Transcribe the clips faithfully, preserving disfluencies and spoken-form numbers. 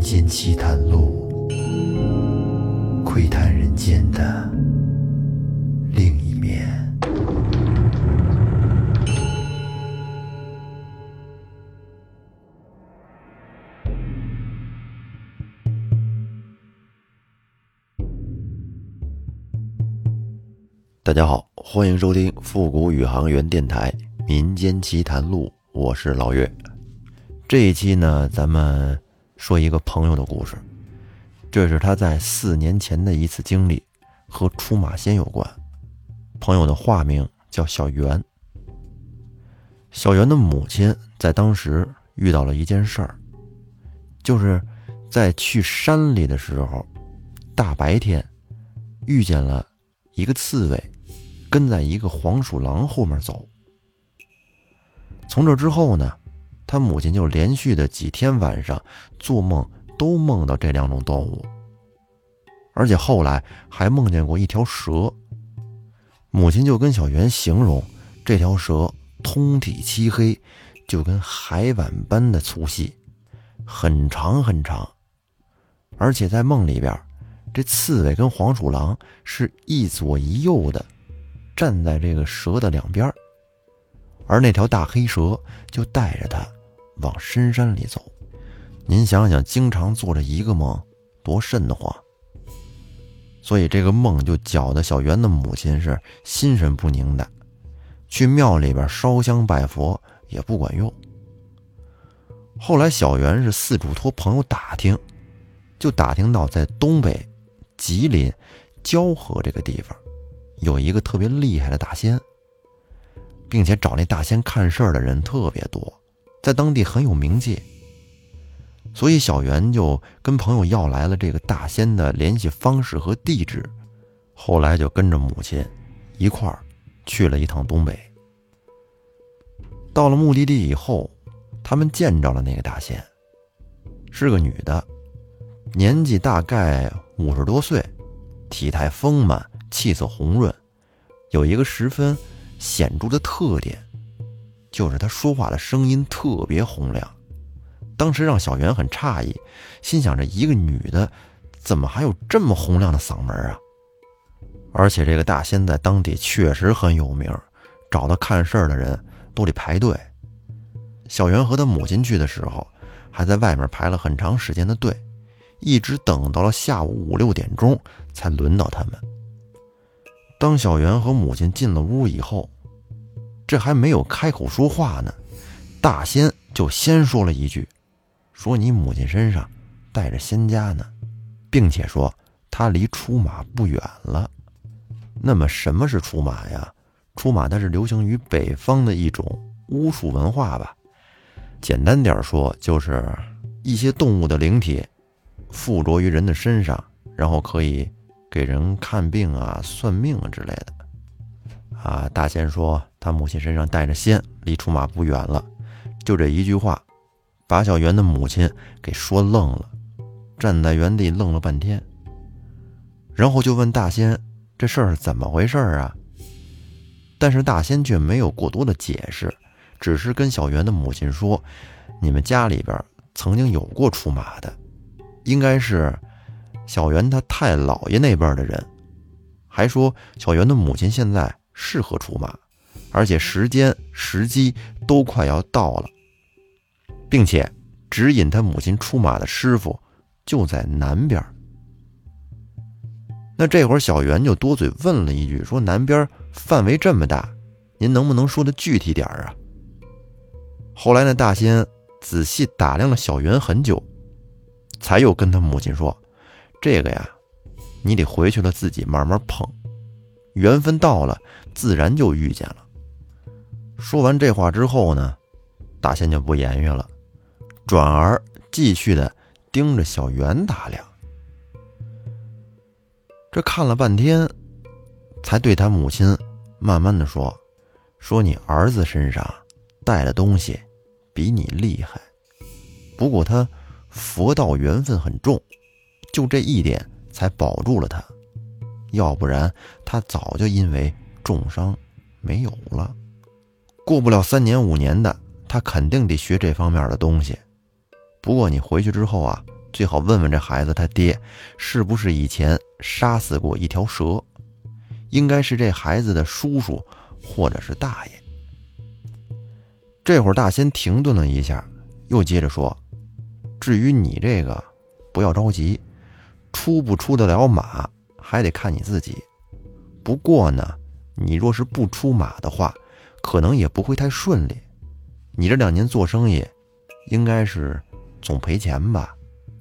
间奇谈录，窥探人间的另一面。大家好，欢迎收听复古宇航员电台民间奇谈录，我是老岳。这一期呢，咱们说一个朋友的故事，这是他在四年前的一次经历，和出马仙有关。朋友的化名叫小袁。小袁的母亲在当时遇到了一件事儿，就是在去山里的时候，大白天遇见了一个刺猬跟在一个黄鼠狼后面走。从这之后呢，他母亲就连续的几天晚上做梦都梦到这两种动物，而且后来还梦见过一条蛇。母亲就跟小袁形容，这条蛇通体漆黑，就跟海碗般的粗细，很长很长，而且在梦里边，这刺猬跟黄鼠狼是一左一右的站在这个蛇的两边，而那条大黑蛇就带着它往深山里走。您想想，经常做着一个梦多瘆得慌。所以这个梦就搅得小袁的母亲是心神不宁的，去庙里边烧香拜佛也不管用。后来小袁是四处托朋友打听，就打听到在东北吉林蛟河这个地方有一个特别厉害的大仙，并且找那大仙看事儿的人特别多，在当地很有名气。所以小袁就跟朋友要来了这个大仙的联系方式和地址，后来就跟着母亲一块儿去了一趟东北。到了目的地以后，他们见着了那个大仙，是个女的，年纪大概五十多岁，体态丰满，气色红润，有一个十分显著的特点，就是她说话的声音特别洪亮。当时让小袁很诧异，心想这一个女的怎么还有这么洪亮的嗓门啊？而且这个大仙在当地确实很有名，找他看事儿的人都得排队。小袁和他母亲去的时候，还在外面排了很长时间的队，一直等到了下午五六点钟才轮到他们。当小袁和母亲进了屋以后，这还没有开口说话呢，大仙就先说了一句，说你母亲身上带着仙家呢，并且说她离出马不远了。那么什么是出马呀？出马它是流行于北方的一种巫术文化吧。简单点说，就是一些动物的灵体附着于人的身上，然后可以给人看病啊、算命啊之类的。啊，大仙说他母亲身上带着仙，离出马不远了。就这一句话，把小袁的母亲给说愣了，站在原地愣了半天。然后就问大仙，这事儿是怎么回事啊？但是大仙却没有过多的解释，只是跟小袁的母亲说，你们家里边曾经有过出马的，应该是小袁他太姥爷那边的人，还说小袁的母亲现在适合出马，而且时间时机都快要到了，并且指引他母亲出马的师傅就在南边。那这会儿小袁就多嘴问了一句，说南边范围这么大，您能不能说的具体点啊？后来那大仙仔细打量了小袁很久，才又跟他母亲说，这个呀，你得回去了自己慢慢碰，缘分到了自然就遇见了。说完这话之后呢，大仙就不言语了，转而继续的盯着小袁打量。这看了半天，才对他母亲慢慢的说，说你儿子身上带的东西比你厉害，不过他佛道缘分很重，就这一点才保住了他，要不然他早就因为重伤没有了。过不了三年五年的，他肯定得学这方面的东西。不过你回去之后啊， 最好问问这孩子他爹是不是以前杀死过一条蛇，应该是这孩子的叔叔或者是大爷。这会儿大仙停顿了一下，又接着说，至于你这个不要着急，出不出得了马还得看你自己。不过呢，你若是不出马的话，可能也不会太顺利。你这两年做生意应该是总赔钱吧。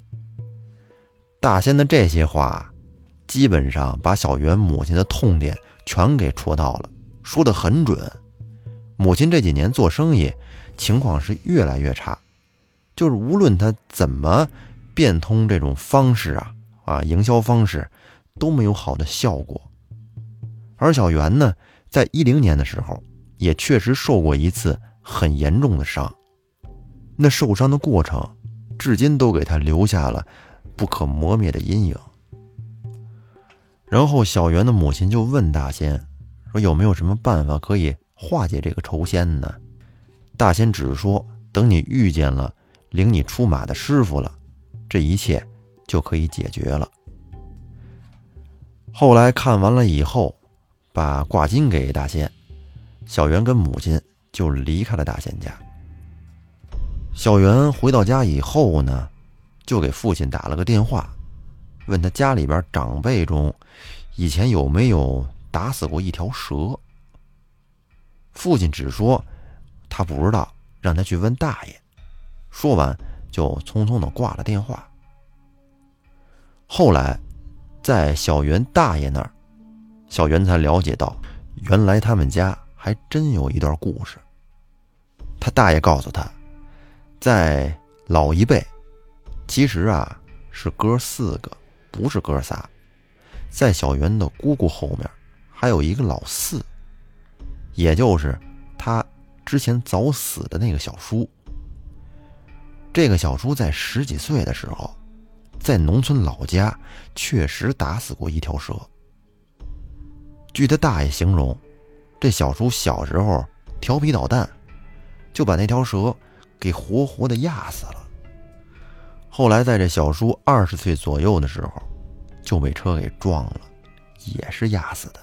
大仙的这些话基本上把小袁母亲的痛点全给戳到了，说得很准。母亲这几年做生意情况是越来越差，就是无论她怎么变通这种方式啊啊营销方式都没有好的效果。而小袁呢，在一零年的时候也确实受过一次很严重的伤，那受伤的过程至今都给他留下了不可磨灭的阴影。然后小袁的母亲就问大仙说，有没有什么办法可以化解这个仇仙呢？大仙只说，等你遇见了领你出马的师傅了，这一切就可以解决了。后来看完了以后，把挂金给大仙，小袁跟母亲就离开了大仙家。小袁回到家以后呢，就给父亲打了个电话，问他家里边长辈中以前有没有打死过一条蛇。父亲只说他不知道，让他去问大爷。说完就匆匆的挂了电话。后来在小袁大爷那儿，小袁才了解到，原来他们家还真有一段故事。他大爷告诉他，在老一辈其实啊是哥四个，不是哥仨。在小袁的姑姑后面还有一个老四，也就是他之前早死的那个小叔。这个小叔在十几岁的时候，在农村老家确实打死过一条蛇。据他大爷形容，这小叔小时候调皮捣蛋，就把那条蛇给活活的压死了。后来在这小叔二十岁左右的时候，就被车给撞了，也是压死的。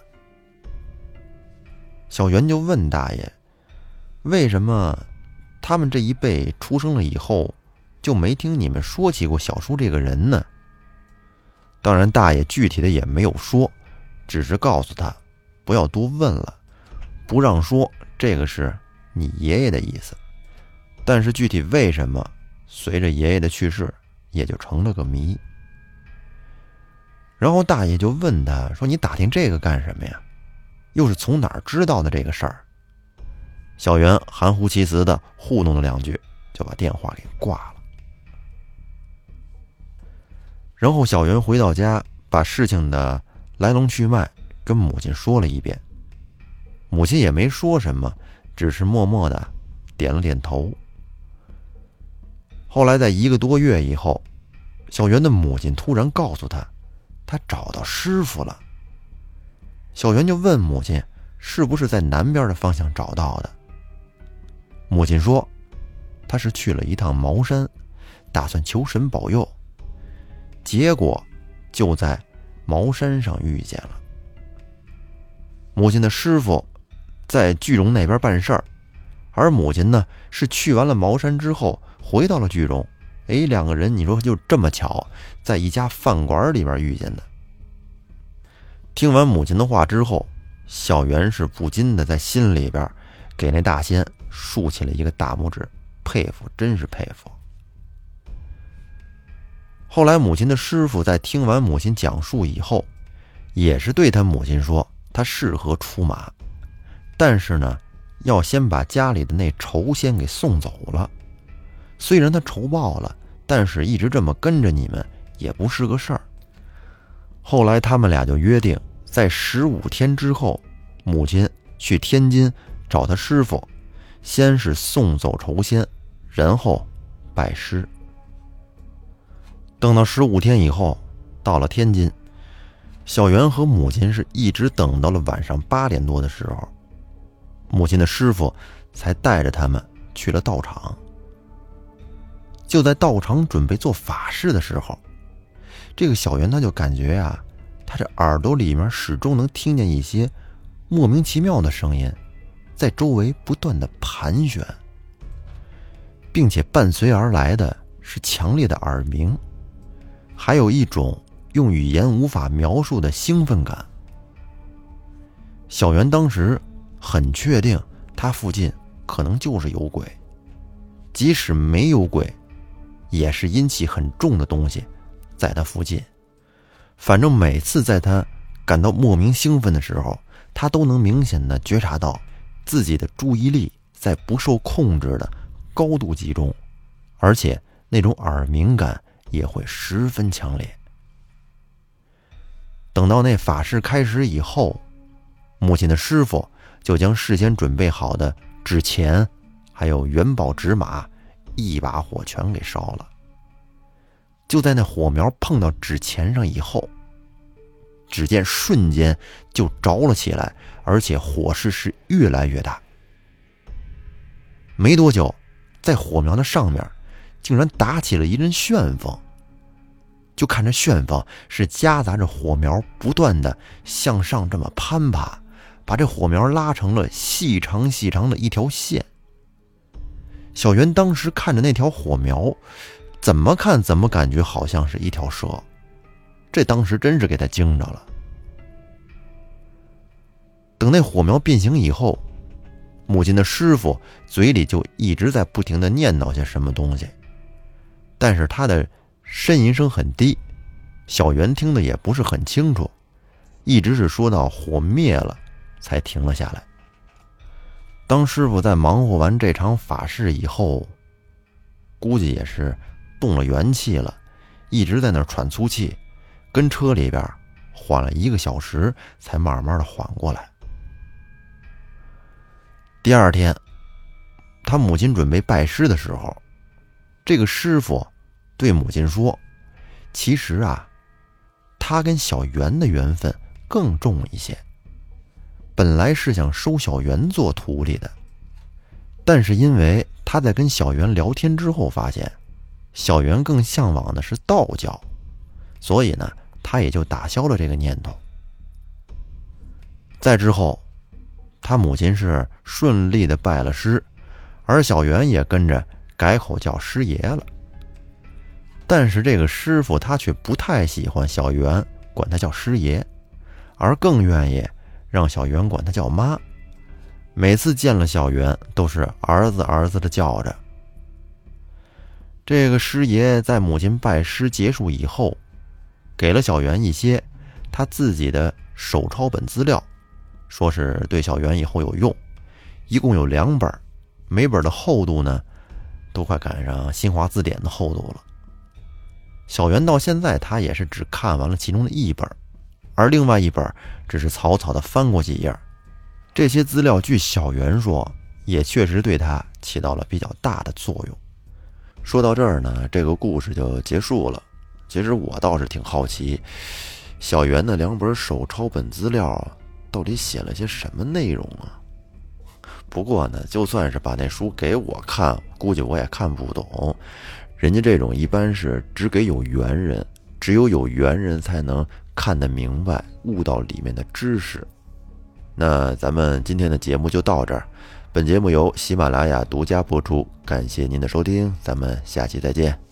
小袁就问大爷，为什么他们这一辈出生了以后就没听你们说起过小叔这个人呢？当然大爷具体的也没有说，只是告诉他不要多问了，不让说，这个是你爷爷的意思。但是具体为什么，随着爷爷的去世也就成了个谜。然后大爷就问他说，你打听这个干什么呀？又是从哪儿知道的这个事儿？小袁含糊其辞的糊弄了两句，就把电话给挂了。然后小袁回到家，把事情的来龙去脉跟母亲说了一遍。母亲也没说什么，只是默默的点了点头。后来在一个多月以后，小袁的母亲突然告诉他，他找到师傅了。小袁就问母亲，是不是在南边的方向找到的？母亲说，他是去了一趟茅山，打算求神保佑，结果就在茅山上遇见了。母亲的师傅在句容那边办事儿，而母亲呢是去完了茅山之后回到了句容。哎，两个人你说就这么巧，在一家饭馆里边遇见的。听完母亲的话之后，小袁是不禁的在心里边给那大仙竖起了一个大拇指，佩服，真是佩服。后来母亲的师傅在听完母亲讲述以后，也是对他母亲说，他适合出马，但是呢要先把家里的那仇仙给送走了。虽然他仇报了，但是一直这么跟着你们也不是个事儿。后来他们俩就约定，在十五天之后，母亲去天津找他师傅，先是送走仇仙，然后拜师。等到十五天以后，到了天津，小袁和母亲是一直等到了晚上八点多的时候，母亲的师傅才带着他们去了道场。 就在道场准备做法事的时候，这个小袁他就感觉啊，他这耳朵里面始终能听见一些莫名其妙的声音在周围不断的盘旋，并且伴随而来的是强烈的耳鸣，还有一种用语言无法描述的兴奋感。小袁当时很确定他附近可能就是有鬼，即使没有鬼，也是阴气很重的东西在他附近。反正每次在他感到莫名兴奋的时候，他都能明显的觉察到自己的注意力在不受控制的高度集中，而且那种耳鸣感也会十分强烈。等到那法事开始以后，母亲的师傅就将事先准备好的纸钱还有元宝纸马一把火全给烧了。就在那火苗碰到纸钱上以后，只见瞬间就着了起来，而且火势是越来越大。没多久，在火苗的上面竟然打起了一阵旋风，就看着旋风是夹杂着火苗不断的向上这么攀爬，把这火苗拉成了细长细长的一条线。小袁当时看着那条火苗，怎么看怎么感觉好像是一条蛇，这当时真是给他惊着了。等那火苗变形以后，母亲的师傅嘴里就一直在不停地念叨些什么东西，但是他的呻吟声很低，小袁听得也不是很清楚，一直是说到火灭了才停了下来。当师傅在忙活完这场法事以后，估计也是动了元气了，一直在那喘粗气，跟车里边缓了一个小时才慢慢的缓过来。第二天，他母亲准备拜师的时候，这个师傅对母亲说，其实啊，他跟小袁的缘分更重一些，本来是想收小袁做徒弟的，但是因为他在跟小袁聊天之后发现小袁更向往的是道教，所以呢他也就打消了这个念头。再之后，他母亲是顺利的拜了师，而小袁也跟着改口叫师爷了。但是这个师傅他却不太喜欢小袁管他叫师爷，而更愿意让小袁管他叫妈，每次见了小袁都是儿子儿子的叫着。这个师爷在母亲拜师结束以后，给了小袁一些他自己的手抄本资料，说是对小袁以后有用，一共有两本，每本的厚度呢都快赶上新华字典的厚度了。小袁到现在他也是只看完了其中的一本，而另外一本只是草草的翻过几页。这些资料据小袁说也确实对他起到了比较大的作用。说到这儿呢，这个故事就结束了。其实我倒是挺好奇，小袁的两本手抄本资料到底写了些什么内容啊？不过呢，就算是把那书给我看，估计我也看不懂。人家这种一般是只给有缘人，只有有缘人才能看得明白，悟到里面的知识。那咱们今天的节目就到这儿，本节目由喜马拉雅独家播出，感谢您的收听，咱们下期再见。